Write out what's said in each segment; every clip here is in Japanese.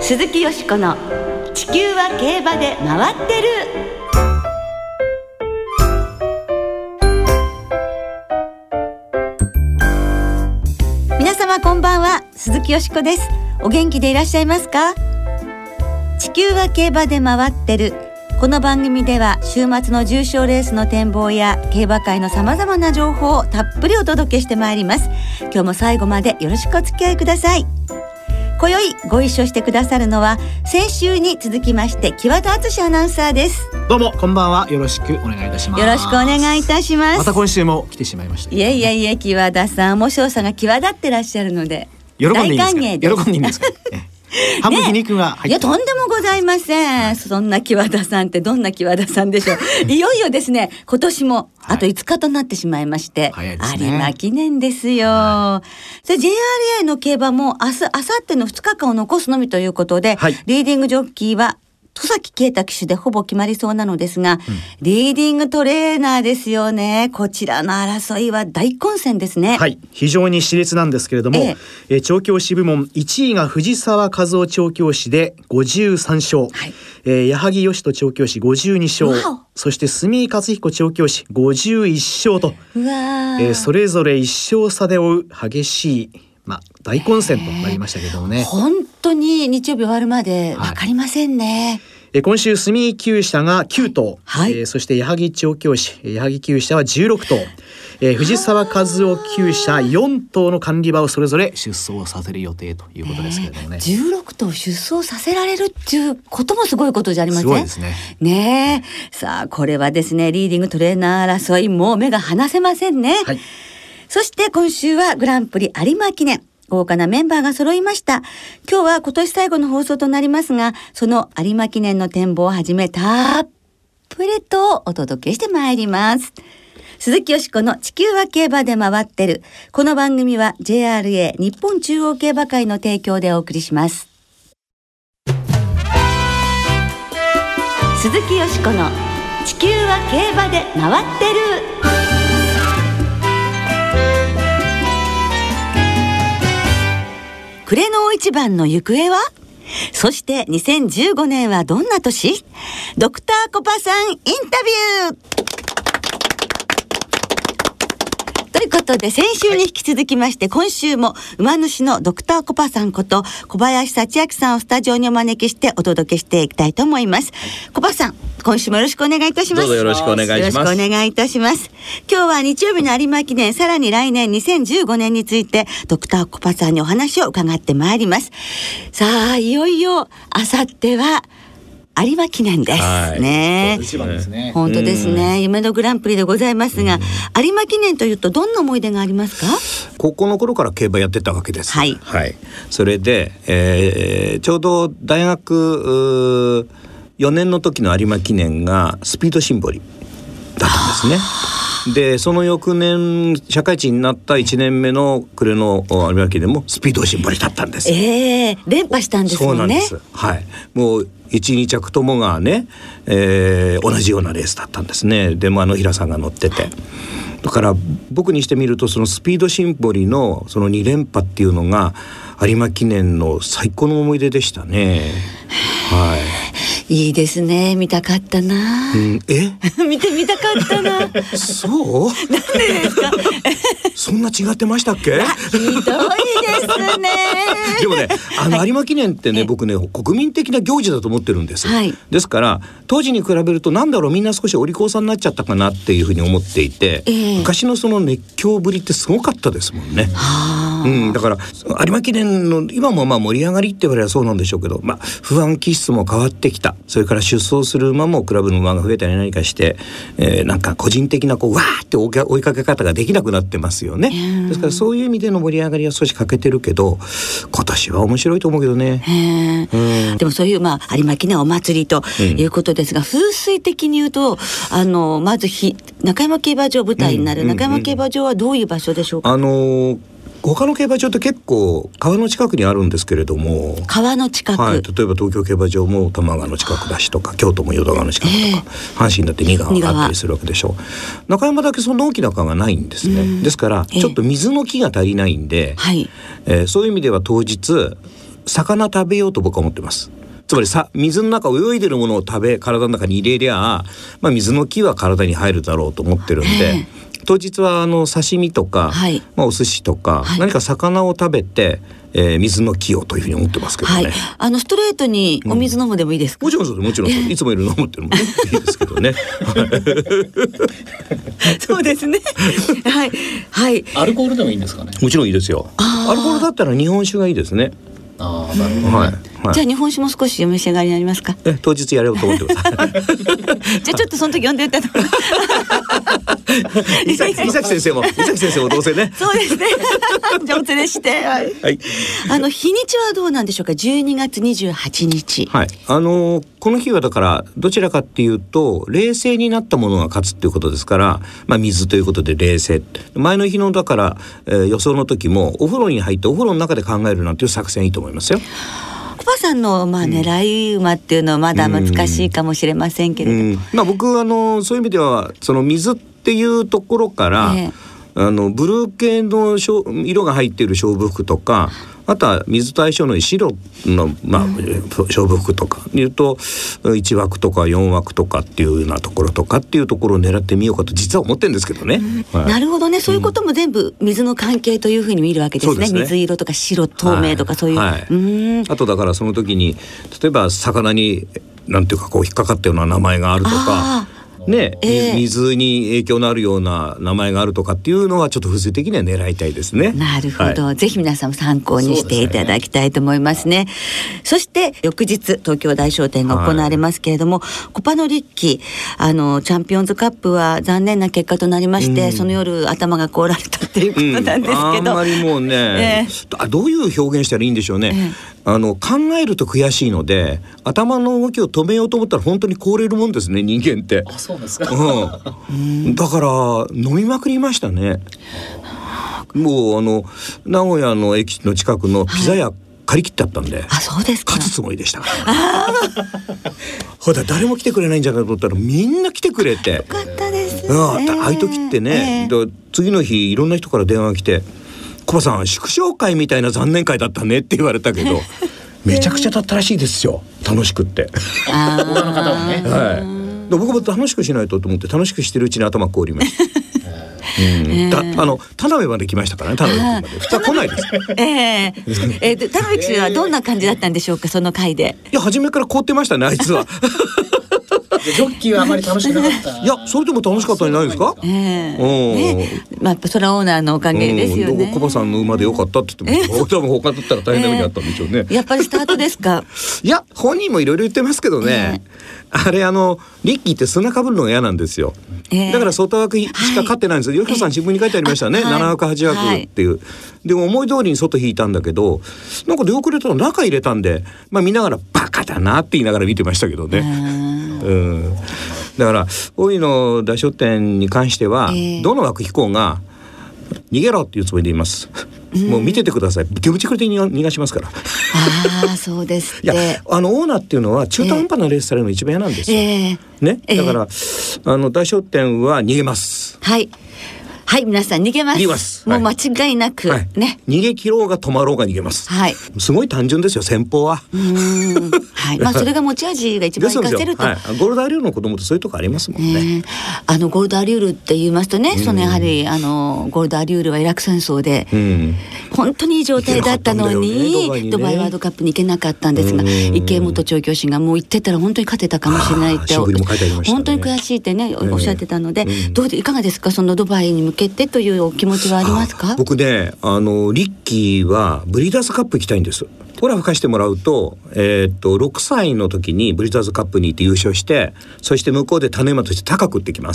鈴木よしこの地球は競馬で回ってる。皆様こんばんは、鈴木よしこです。お元気でいらっしゃいますか？地球は競馬で回ってる。この番組では週末の重賞レースの展望や競馬界のさまざまな情報をたっぷりお届けしてまいります。今日も最後までよろしくお付き合いください。今宵ご一緒してくださるのは先週に続きまして木和田敦アナウンサーです。 どうもこんばんは、よろしくお願いいたします。 よろしくお願いいたします。 また今週も来てしまいました。 いや木和田さん、面白さが際立ってらっしゃるので喜んでいいんですか？ 大歓迎です。 喜んでいいんですか？半分皮肉が入って、 いやとんでもございません。そんな木和田さんってどんな木和田さんでしょう。いよいよですね、今年もあと5日となってしまいまして、 早いですね、 有馬記念ですよ。で JRA の競馬も明日明後日の2日間を残すのみということで、リーディングジョッキーは戸崎圭太騎手でほぼ決まりそうなのですが、リーディングトレーナーですよね。こちらの争いは大混戦ですね。 はい、非常に熾烈なんですけれども、調教師部門1位が藤沢和夫調教師で53勝、矢作義人調教師52勝、そして住井勝彦調教師51勝と、それぞれ1勝差で追う激しい大混戦となりましたけどもね。 本当に日曜日終わるまで分かりませんね。 今週住井厩舎が9頭、そして矢作調教師矢作厩舎は16頭、藤沢和夫厩舎4頭の管理馬をそれぞれ出走させる予定ということですけれどもね。 16頭出走させられるっていうこともすごいことじゃありません？ すごいですね。 ねえ、さあこれはですね、リーディングトレーナー争いもう目が離せませんね。そして今週はグランプリ有馬記念、豪華なメンバーが揃いました。今日は今年最後の放送となりますが、その有馬記念の展望をはじめたっぷりとお届けしてまいります。鈴木よしこの地球は競馬で回ってる。この番組は JRA 日本中央競馬会の提供でお送りします。鈴木よしこの地球は競馬で回ってる。暮れの大一番の行方は？そして2015年はどんな年？ドクターコパさんインタビューということで、先週に引き続きまして、今週も馬主のドクターコパさんこと小林幸明さんをスタジオにお招きしてお届けしていきたいと思います。コパさん、今週もよろしくお願いいたします。 どうぞよろしくお願いします。 よろしくお願いいたします。今日は日曜日の有馬記念、さらに来年2015年についてドクターコパさんにお話を伺ってまいります。さあいよいよあさっては有馬記念ですね。 一番ですね。 本当ですね。夢のグランプリでございますが、有馬記念というとどんな思い出がありますか？ 高校の頃から競馬やってたわけです。それで、ちょうど大学4年の時の有馬記念がスピードシンボリだったんですね。でその翌年社会人になった1年目の暮れの有馬記念もスピードシンボリだったんです。 連覇したんですもんね。 そうなんです。もう1、2着ともがね、同じようなレースだったんですね。でも野平さんが乗ってて、だから僕にしてみるとそのスピードシンボリのその2連覇っていうのが有馬記念の最高の思い出でしたね。いいですね。見たかったな。見たかったな。 そう？なんでですか？ そんな違ってましたっけ？ ひどいですね。 でもね、有馬記念ってね、僕ね国民的な行事だと思ってるんです。ですから当時に比べるとみんな少しお利口さんになっちゃったかなっていうふうに思っていて、昔のその熱狂ぶりってすごかったですもんね。だから有馬記念の今も盛り上がりって言われればそうなんでしょうけど、不安気質も変わってきた。それから出走する馬もクラブの馬が増えたり何かして、なんか個人的なわーって追いかけ方ができなくなってますよね。ですからそういう意味での盛り上がりは少し欠けてるけど、今年は面白いと思うけどね。 でもそういう有馬記念お祭りということですが、風水的に言うとまず中山競馬場舞台になる中山競馬場はどういう場所でしょうか？ 他の競馬場って結構川の近くにあるんですけれども、 川の近く、 例えば東京競馬場も多摩川の近くだしとか、京都も淀川の近くとか、阪神だって仁川があったりするわけでしょう。中山だけそんな大きな川がないんですね。ですからちょっと水の木が足りないんで、そういう意味では当日魚食べようと僕は思ってます。つまり水の中泳いでるものを体の中に入れりゃ、水の気は体に入るだろうと思ってるんで、当日は刺身とか、お寿司とか、何か魚を食べて、水の気をというふうに思ってますけどね。 ストレートにお水飲むでもいいですか？ もちろんいつもいる飲むっていうのも、いいですけどね。 そうですね。はい。 アルコールでもいいんですかね？ もちろんいいですよ。アルコールだったら日本酒がいいですね。 なるほどね。 じゃあ日本酒も少しお召し上がりになりますか？ 当日やろうと思ってます。 じゃあちょっとその時呼んでいただく。 伊崎先生もどうせね。 そうですね。じゃあお連れして、日にちはどうなんでしょうか。12月28日。 この日はだからどちらかっていうと冷静になったものが勝つっていうことですから、水ということで冷静。前の日のだから、予想の時もお風呂に入ってお風呂の中で考えるなんていう作戦いいと思いますよ。 コバさんの狙い馬っていうのはまだ難しいかもしれませんけれども、 僕はそういう意味ではその水っていうところから、ブルー系の色が入っている勝負服とか、あとは水と相性のいい白の、勝負服とかいうと1枠とか4枠とかっていうようなところとかっていうところを狙ってみようかと実は思ってるんですけどね。 なるほどね。そういうことも全部水の関係というふうに見るわけですね。水色とか白透明とかそういう、 あとだからその時に例えば魚になんていうか引っかかったような名前があるとか水に影響のあるような名前があるとかっていうのはちょっと風水的には狙いたいですね。 なるほど、ぜひ皆さんも参考にしていただきたいと思いますね。そして翌日東京大商店が行われますけれども、コパノリッキチャンピオンズカップは残念な結果となりまして、その夜頭が凍られたっていうことなんですけど、 あんまりもうね、どういう表現したらいいんでしょうね。考えると悔しいので頭の動きを止めようと思ったら本当に凍れるもんですね、人間って。 そうですか。 だから飲みまくりましたね。もう名古屋の駅の近くのピザ屋借り切ってあったんで、 そうですか。 勝つつもりでしたほら誰も来てくれないんじゃないかと思ったらみんな来てくれて、 よかったですね。 ああいう時ってね、次の日いろんな人から電話が来て、コバさん祝勝会みたいな残念会だったねって言われたけどめちゃくちゃだったらしいですよ、楽しくって。 他の方はね、 僕も楽しくしないとと思って楽しくしてるうちに頭凍りました田辺まで来ましたからね。田辺まで普通は来ないです田辺氏はどんな感じだったんでしょうか、その会で。 いや初めから凍ってましたね、あいつは。 ジョッキーはあまり楽しくなかった。 いやそれでも楽しかったんじゃないですか。 やっぱそれはオーナーのおかげですよね。 コバさんの馬でよかったって言っても、多分他だったら大変な目にあったんでしょうね。 やっぱりスタートですか。 いや本人もいろいろ言ってますけどね、あれリッキーって砂かぶるのが嫌なんですよ。だから外枠しか勝ってないんですよ。よきこさん新聞に書いてありましたね、7枠8枠っていう、でも思い通りに外引いたんだけど、なんか出遅れたら中入れたんで、見ながらバカだなって言いながら見てましたけどね。だから大井の大商店に関しては、どの枠飛行が逃げろっていうつもりでいます。もう見ててください。手ぶちくれて逃がしますから。 そうですって。 いやオーナーっていうのは中途半端なレースされるの一番嫌なんですよ、だから大商店は逃げます。 皆さん逃げます。もう間違いなく、 逃げ切ろうが止まろうが逃げます。すごい単純ですよ、戦法は。 それが持ち味が一番活かせると。 ゴールドアリュールの子供ってそういうとこありますもんね。 ゴールドアリュールって言いますとね、やはりゴールドアリュールはイラク戦争で、本当にいい状態だったのにドバイワールドカップに行けなかったんですが、池本調教師がもう行ってたら本当に勝てたかもしれないって本当に悔しいってねおっしゃってたので、いかがですか、そのドバイに向けてというお気持ちはありますか？ 僕ねリッキーはブリーダーズカップ行きたいんです。ほら吹かしてもらうと、6歳の時にブリザーズカップに行って優勝して、そして向こうで種馬として高く打ってきます。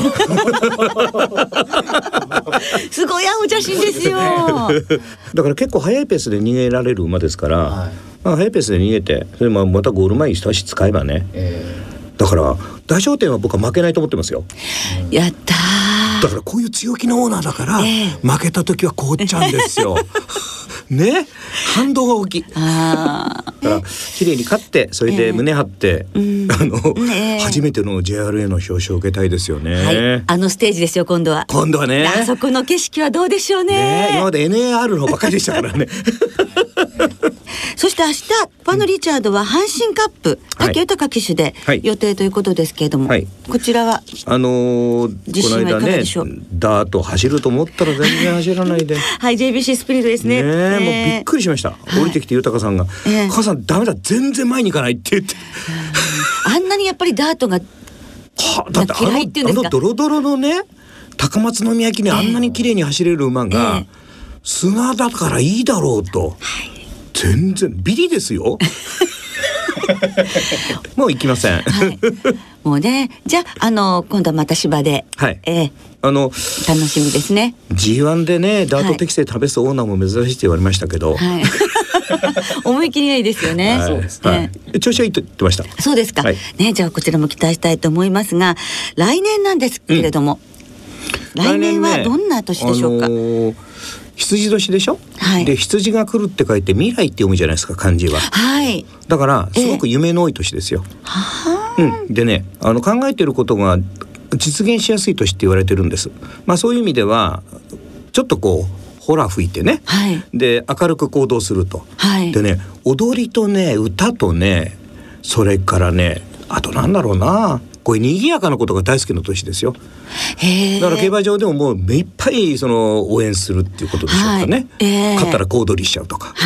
すごい青写真ですよ。 だから結構速いペースで逃げられる馬ですから、速いペースで逃げて、それもまたゴール前に一足使えばね、だから大商店は僕は負けないと思ってますよ。 やったー。 だからこういう強気のオーナーだから、負けた時は凍っちゃうんですよ。ね、反動が大きい。だから綺麗に勝って、それで胸張って、初めての JRA の表彰を受けたいですよね。 ステージですよ、今度はね。あそこの景色はどうでしょうね。 今まで NAR のばかりでしたからね。 そして明日パノリチャードは阪神カップ、武豊騎手で予定ということですけれども、こちらはこの間ねダート走ると思ったら全然走らないではい、JBC スプリントですね。 もうびっくりしました。降りてきて豊さんが「母さんダメだ、全然前に行かない」って言ってあんなにやっぱりダートがだって嫌いっていうんですか。 ドロドロのね高松宮記念あんなに綺麗に走れる馬が砂だからいいだろうと、全然ビリですよもう行きません、 もうね、じゃあ今度はまた芝で、楽しみですね。 G1 でねダート適正試すオーナーも珍しいって言われましたけど、 思い切りがいいですよね。 そうですね。調子はいいと言ってました。 そうですか、ね、じゃあこちらも期待したいと思いますが、来年なんですけれども、来年はどんな年でしょうか。 羊年でしょ、で羊が来るって書いて未来って読むじゃないですか、漢字は。だからすごく夢の多い年ですよ。でね、考えていることが実現しやすい年って言われてるんです。そういう意味ではちょっとこうホラー吹いてね、で明るく行動すると、でね、踊りとね歌とね、それからね、あとなんだろうな、こういう賑やかなことが大好きな年ですよ。だから競馬場でももう目いっぱいその応援するっていうことでしょうかね。勝ったら小躍りしちゃうとか。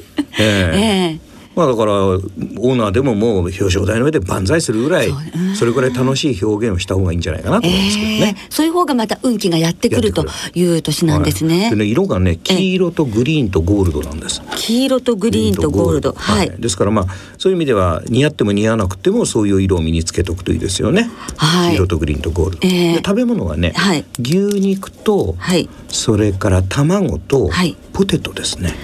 だからオーナーでももう表彰台の上で万歳するぐらい、それぐらい楽しい表現をした方がいいんじゃないかなと思いますけどね。 そういう方がまた運気がやってくるという年なんですね。 でね、色がね黄色とグリーンとゴールドなんです。 黄色とグリーンとゴールド、 ですからそういう意味では似合っても似合わなくてもそういう色を身につけておくといいですよね。黄色とグリーンとゴールド、で食べ物はね、牛肉と、それから卵と、ポテトですね。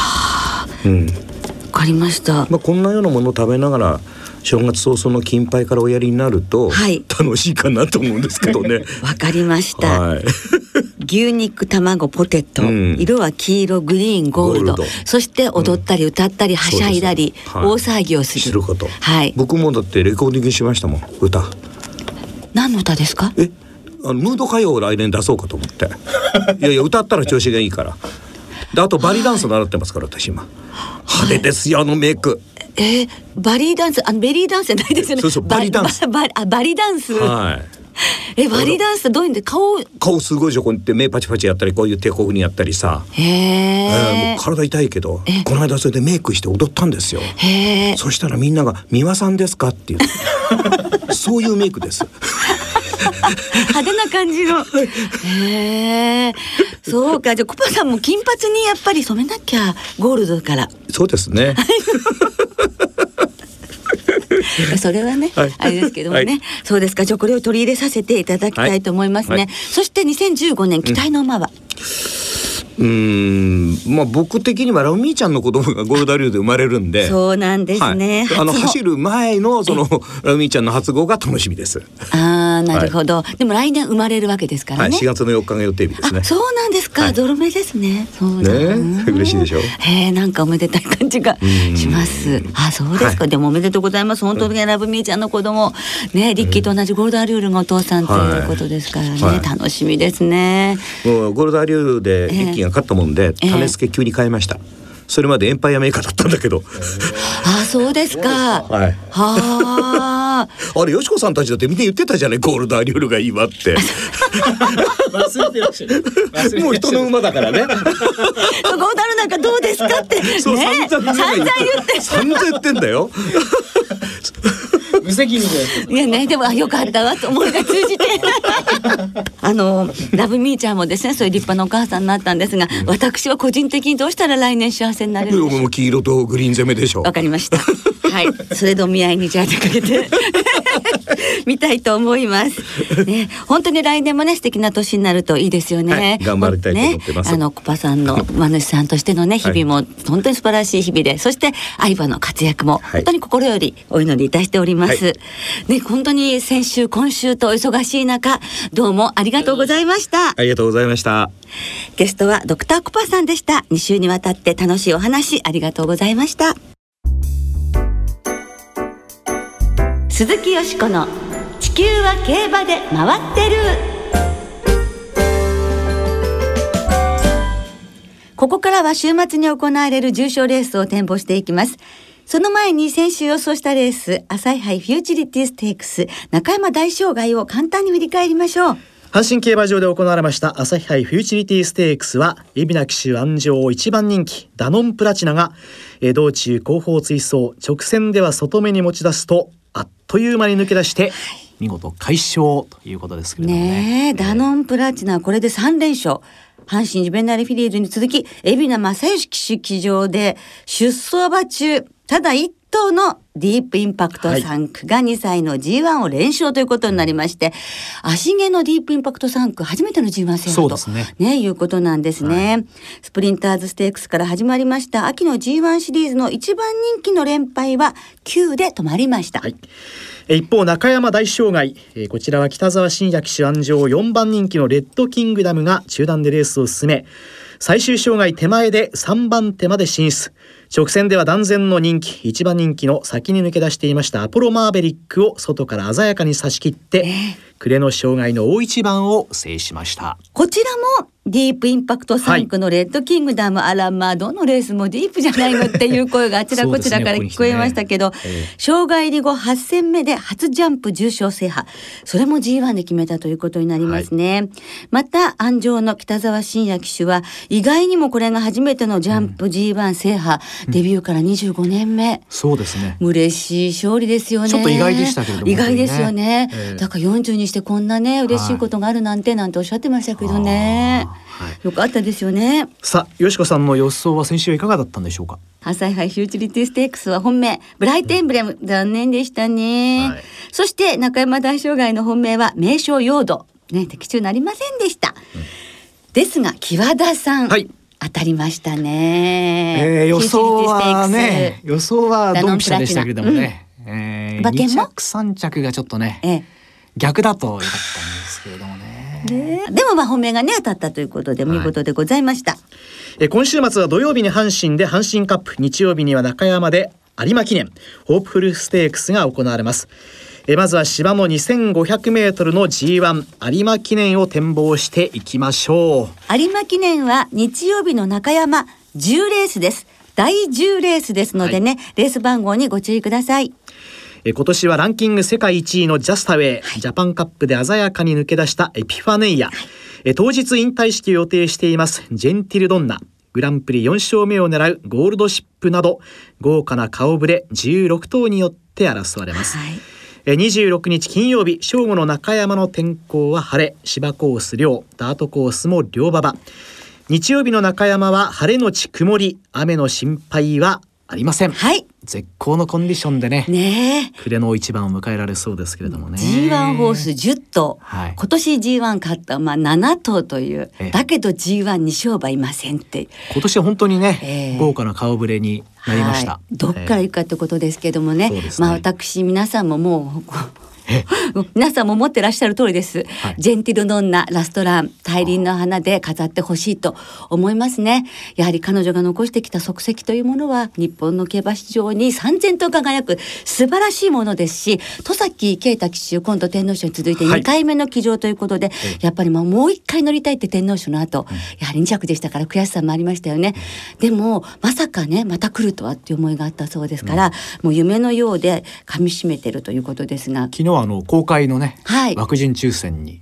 わかりました。 こんなようなものを食べながら正月早々の金杯からおやりになると楽しいかなと思うんですけどね。 わかりました、牛肉、卵、ポテト、色は黄色、グリーン、ゴールド、そして踊ったり歌ったりはしゃいだり、大騒ぎをすること。 僕もだってレコーディングしましたもん、歌。 何の歌ですか。 ムード歌謡を来年出そうかと思って。いや歌ったら調子がいいから。であとバリダンス習ってますから、私今派手ですよ、メイク。 バリーダンス、ベリーダンスじゃないですよね。 そうバリダンス。 バリダンス。バリダンスってどういうんで、顔すごいじゃん、こうやって目パチパチやったり、こういう手こうにやったりさ。もう体痛いけど、この間それでメイクして踊ったんですよ。そしたらみんなが三輪さんですかっていうそういうメイクです。 派手な感じの。そうか。じゃあコパさんも金髪にやっぱり染めなきゃ、ゴールドから。 そうですね。 それはね、あれですけどもね、そうですか。じゃあこれを取り入れさせていただきたいと思いますね。そして2015年期待の馬は、 僕的にはラウミーちゃんの子供がゴールダリューで生まれるんで。 そうなんですね。 走る前のそのラウミーちゃんの初号が楽しみです。 なるほど。でも来年生まれるわけですからね。 4月の4日が予定日ですね。 そうなんですか。ゾロ目ですね。そうだね。嬉しいでしょ。 なんかおめでたい感じがします。そうですか。でもおめでとうございます。本当にラブミーちゃんの子供ね、リッキーと同じゴールドアリュールがお父さんということですからね、楽しみですね。 もうゴールドアリュールでリッキーが勝ったもんで、種付け急に変えました。それまでエンパイアメーカーだったんだけど。 そうですか。 あれよしこさんたちだってみんな言ってたじゃない、ゴールドアリュールがいいわって。 忘れてらっしゃる。 もう人の馬だからね。ゴールドアリュールなんかどうですかってね、散々言ってんだよ。 無責任で。 いやね、でもよかったわと思いが通じてラブミーちゃんもですね、そういう立派なお母さんになったんですが、私は個人的にどうしたら来年幸せになれるんでしょう。 もう黄色とグリーン攻めでしょ。 わかりました。それでお見合いにじゃあ出かけて見たいと思いますね。本当に来年もね、素敵な年になるといいですよね。 頑張りたいと思ってます。 コパさんの馬主さんとしてのね、日々も本当に素晴らしい日々で、そして相葉の活躍も本当に心よりお祈りいたしております。本当に先週今週とお忙しい中、どうもありがとうございました。 ありがとうございました。 ゲストはドクターコパさんでした。2週にわたって楽しいお話ありがとうございました。鈴木よしこの地球は競馬で回ってる。 ここからは週末に行われる重賞レースを展望していきます。その前に先週予想したレース、朝日杯フューチュリティステークス中山大障害を簡単に振り返りましょう。 阪神競馬場で行われました朝日杯フューチュリティステークスは海老名騎手安城1番人気ダノンプラチナが道中後方追走、直線では外目に持ち出すとあっという間に抜け出して、見事快勝ということですけれどもね。 ダノンプラチナこれで3連勝。阪神ジュベナルフィリーズに続き海老名正義騎手騎乗で出走馬中ただ一頭のディープインパクト3区が2歳の G1 を連勝ということになりまして、足毛のディープインパクト3区初めての G1 制覇と、いうことなんですね、スプリンターズステークスから始まりました秋の G1 シリーズの一番人気の連敗は9で止まりました。 一方中山大障害、こちらは北沢信也騎手安城4番人気のレッドキングダムが中段でレースを進め、最終障害手前で3番手まで進出、直線では断然の人気1番人気の先に抜け出していましたアポロマーベリックを外から鮮やかに差し切って、暮れの障害の大一番を制しました。 こちらもディープインパクト3区のレッドキングダム、あらまあどのレースもディープじゃないのっていう声があちらこちらから聞こえましたけど、障害入り後8戦目で初ジャンプ重賞制覇、それも G1 で決めたということになりますね、また安城の北沢信也騎手は意外にもこれが初めてのジャンプ G1 制覇、デビューから25年目、 そうですね、 嬉しい勝利ですよね。 ちょっと意外でしたけれども、 意外ですよね、だから40にしてこんなね嬉しいことがあるなんておっしゃってましたけどね、よかったですよね。 さあ、よしこさんの予想は先週はいかがだったんでしょうか。 朝日杯フューチュリティステークスは本命ブライトエンブレム、残念でしたね、そして中山大障害の本命は名将ヨード、的中なりませんでした、ですが木和田さん、当たりましたね、 予想はね、予想はドンピシャでしたけれどもね、 馬券も 2着3着がちょっとね、逆だとよかったんですけれどもね、 でも本命が当たったということで見事でございました、 今週末は土曜日に阪神で阪神カップ、日曜日には中山で有馬記念ホープフルステークスが行われます。まずは芝の 2500m の G1 有馬記念を展望していきましょう。有馬記念は日曜日の中山10レースです。第10レースですのでね、レース番号にご注意ください。 今年はランキング世界1位のジャスタウェイ、ジャパンカップで鮮やかに抜け出したエピファネイア、当日引退式を予定していますジェンティルドンナ、グランプリ4勝目を狙うゴールドシップなど豪華な顔ぶれ16頭によって争われます、26日金曜日正午の中山の天候は晴れ、芝コース良、ダートコースも良馬場。日曜日の中山は晴れのち曇り、雨の心配はありません、絶好のコンディションでね暮れの一番を迎えられそうですけれどもね。 G1 ホース10頭、今年 G1 勝った7頭という、だけど G1 に勝負いませんって、 今年は本当にね、豪華な顔ぶれになりました、 どっから行くかってことですけどもね、私皆さんももう皆さんも思ってらっしゃる通りです、ジェンティルドンナラストラン大輪の花で飾ってほしいと思いますね。やはり彼女が残してきた足跡というものは日本の競馬史上に燦然と輝く素晴らしいものですし、戸崎圭太騎手今度天皇賞に続いて2回目の騎乗ということで、やっぱりもう1回乗りたいって天皇賞の後、やはり2着でしたから悔しさもありましたよね、でもまさかねまた来るとはっていう思いがあったそうですから、もう夢のようで噛み締めてるということですが、 昨日公開のね、枠順抽選に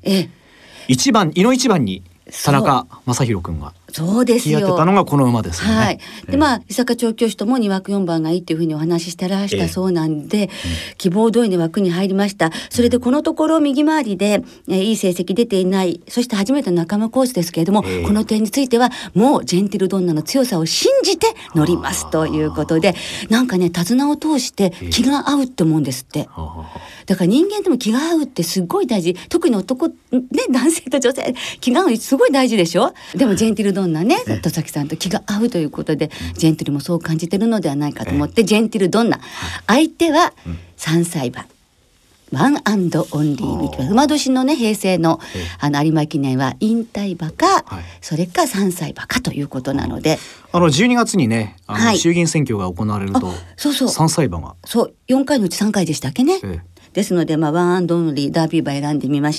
1番井の1番に田中将大君がそうですよやってたのがこの馬ですよね、 で伊坂調教師とも2枠4番がいいっていうふうにお話ししてらしたそうなんで、希望通りに枠に入りました。それでこのところ右回りで、いい成績出ていない、そして初めての仲間コースですけれども、この点についてはもうジェンティルドンナの強さを信じて乗りますということで、なんかね手綱を通して気が合うって思うんですって、だから人間でも気が合うってすごい大事、特に男ね、男性と女性気が合うすごい大事でしょ。でもジェンティルドンナね、戸崎さんと気が合うということで、ジェンティルもそう感じてるのではないかと思って、ジェンティルドンナ、相手は3歳馬、ワンアンドオンリー、馬年のね平成の有馬記念は引退馬か、それか3歳馬かということなので、 12月にね衆議院選挙が行われると3歳馬がそう4回のうち3回でしたっけね、 ですので、ワンアンドオンリーダービー馬選んでみまして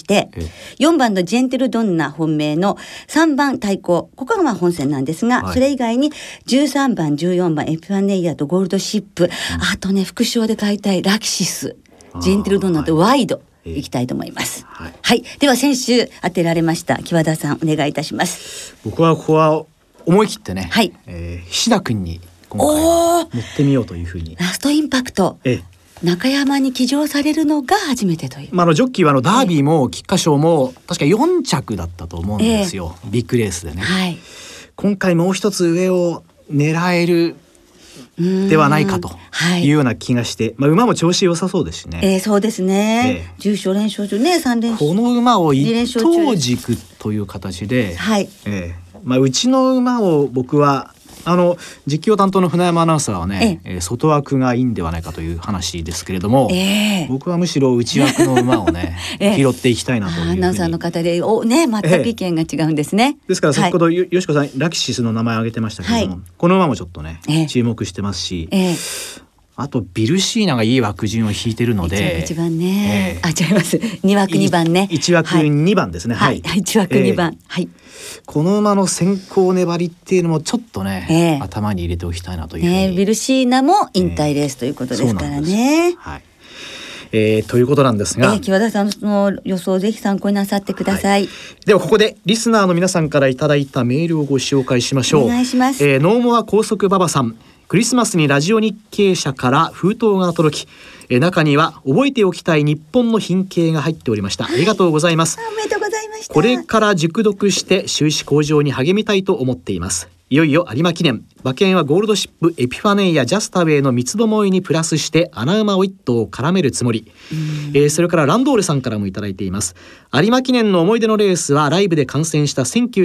、4番のジェンテルドンナ本命の3番対抗、ここが本戦なんですが、それ以外に13番14番エピファネイアとゴールドシップ、あとね副賞で買いたいラキシス、ジェンテルドンナとワイド、いきたいと思います。はい、では先週当てられました木和田さん、お願いいたします。 僕はここは思い切ってね、菱田君に今回は乗ってみようというふうに。 ラストインパクト、中山に騎乗されるのが初めてという、 ジョッキーはダービーも菊花賞も確か4着だったと思うんですよ、ビッグレースでね、今回もう一つ上を狙えるではないかというような気がして、馬も調子良さそうですしね。 そうですね、10勝連勝中ね、3連勝、 この馬を一等軸という形で、うちの馬を僕は実況担当の船山アナウンサーはね、外枠がいいんではないかという話ですけれども、僕はむしろ内枠の馬をね、拾っていきたいなというふうに。 アナウンサーの方で全く意見が違うんですね。 ですから先ほどよしこさんラキシスの名前を挙げてましたけれども、この馬もちょっとね、注目してますし、あとビルシーナがいい枠順を引いてるので、 1番ね、違います、2枠2番ね、 1枠2番ですね、 1枠2番、 この馬の先行粘りっていうのもちょっとね、頭に入れておきたいなというふうに、 ビルシーナも引退レースということですからね。 ということなんですが、 木和田さんの予想をぜひ参考になさってください。 ではここでリスナーの皆さんからいただいたメールをご紹介しましょう。 お願いします。 ノーモア高速馬場さん、クリスマスにラジオ日経社から封筒が届き、中には覚えておきたい日本の品形が入っておりました。ありがとうございます。 おめでとうございました。 これから熟読して収支向上に励みたいと思っています。いよいよ有馬記念、馬券はゴールドシップ、エピファネイア、ジャスタウェイの三つどもえにプラスして穴馬を1頭絡めるつもり。それからランドールさんからもいただいています。有馬記念の思い出のレースはライブで観戦した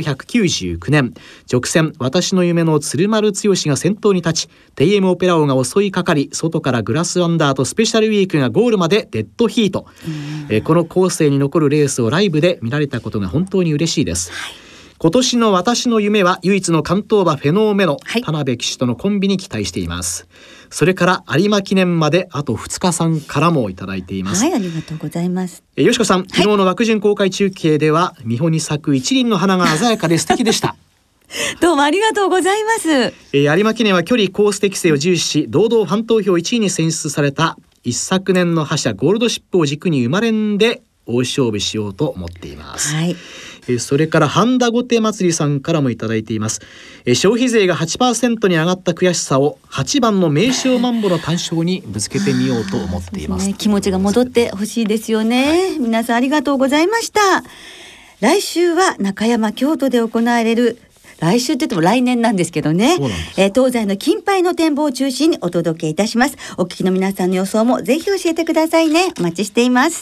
1999年、直線私の夢の鶴丸剛が先頭に立ち、TM オペラ王が襲いかかり、外からグラスワンダーとスペシャルウィークがゴールまでデッドヒート。この後世に残るレースをライブで見られたことが本当に嬉しいです。今年の私の夢は唯一の関東馬フェノーメノ、田辺騎手とのコンビに期待しています。それから有馬記念まであと2日さんからもいただいています。 ありがとうございます。 よしこさん、昨日の枠順公開中継では見穂に咲く一輪の花が鮮やかで素敵でしたどうもありがとうございます。 有馬記念は距離コース適性を重視し、堂々ファン投票1位に選出された一昨年の覇者ゴールドシップを軸に生まれんで大勝負しようと思っています。それから半田御手祭りさんからもいただいています。消費税が 8% に上がった悔しさを8番の名勝マンボの単勝にぶつけてみようと思っています。 気持ちが戻ってほしいですよね。皆さんありがとうございました。来週は中山京都で行われる、来週って言っても来年なんですけどね、東西の金杯の展望を中心にお届けいたします。お聞きの皆さんの予想もぜひ教えてくださいね。お待ちしています。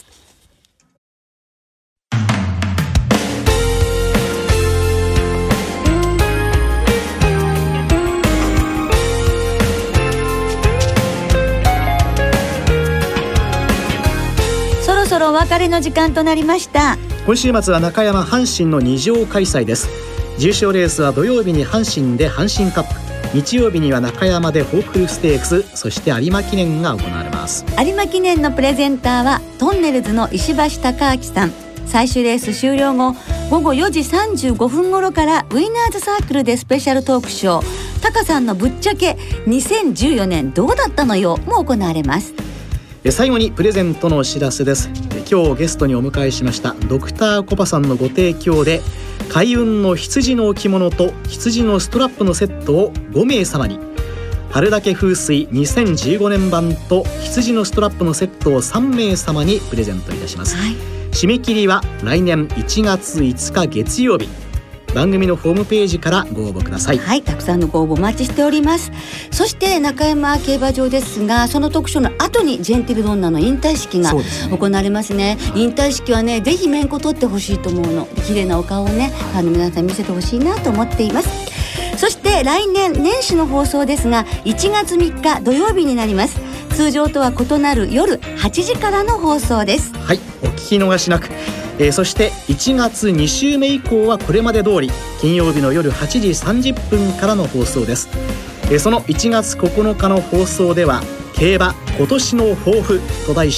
そろそろお別れの時間となりました。 今週末は中山阪神の2場開催です。重賞レースは土曜日に阪神で阪神カップ、日曜日には中山でホープフルステークス、そして有馬記念が行われます。 有馬記念のプレゼンターはトンネルズの石橋貴明さん。最終レース終了後、午後4時35分頃からウィナーズサークルでスペシャルトークショー、タカさんのぶっちゃけ2014年どうだったのよも行われます。 最後にプレゼントのお知らせです。今日ゲストにお迎えしましたドクターコパさんのご提供で、開運の羊の置物と羊のストラップのセットを5名様に、春だけ風水2015年版と羊のストラップのセットを3名様にプレゼントいたします。締め切りは来年1月5日月曜日。番組のホームページからご応募ください。 たくさんのご応募お待ちしております。そして中山競馬場ですが、その特賞の後にジェンティルドンナの引退式が行われますね。引退式はね、ぜひ面子取ってほしいと思うの。綺麗なお顔をね、皆さん見せてほしいなと思っています。そして来年年始の放送ですが、1月3日土曜日になります。通常とは異なる夜8時からの放送です。 お聞き逃しなく。そして1月2週目以降はこれまで通り金曜日の夜8時30分からの放送です。その1月9日の放送では、競馬今年の抱負と題して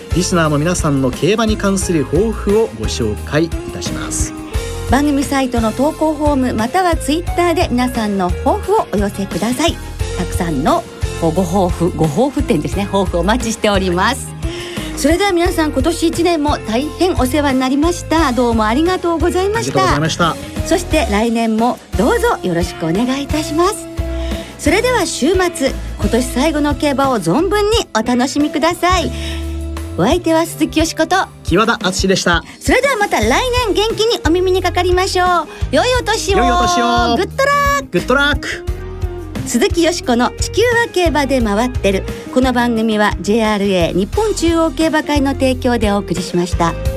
リスナーの皆さんの競馬に関する抱負をご紹介いたします。 番組サイトの投稿フォームまたはツイッターで皆さんの抱負をお寄せください。たくさんのご抱負点ですね、抱負お待ちしております。それでは皆さん、今年1年も大変お世話になりました。どうもありがとうございました。そして来年もどうぞよろしくお願いいたします。それでは週末、今年最後の競馬を存分にお楽しみください。お相手は鈴木よしこと木和田敦でした。 それではまた来年元気にお耳にかかりましょう。良いお年を。 良いお年を。 グッドラック。 グッドラック。 鈴木よしこの地球は競馬で回ってる。この番組は JRA 日本中央競馬会の提供でお送りしました。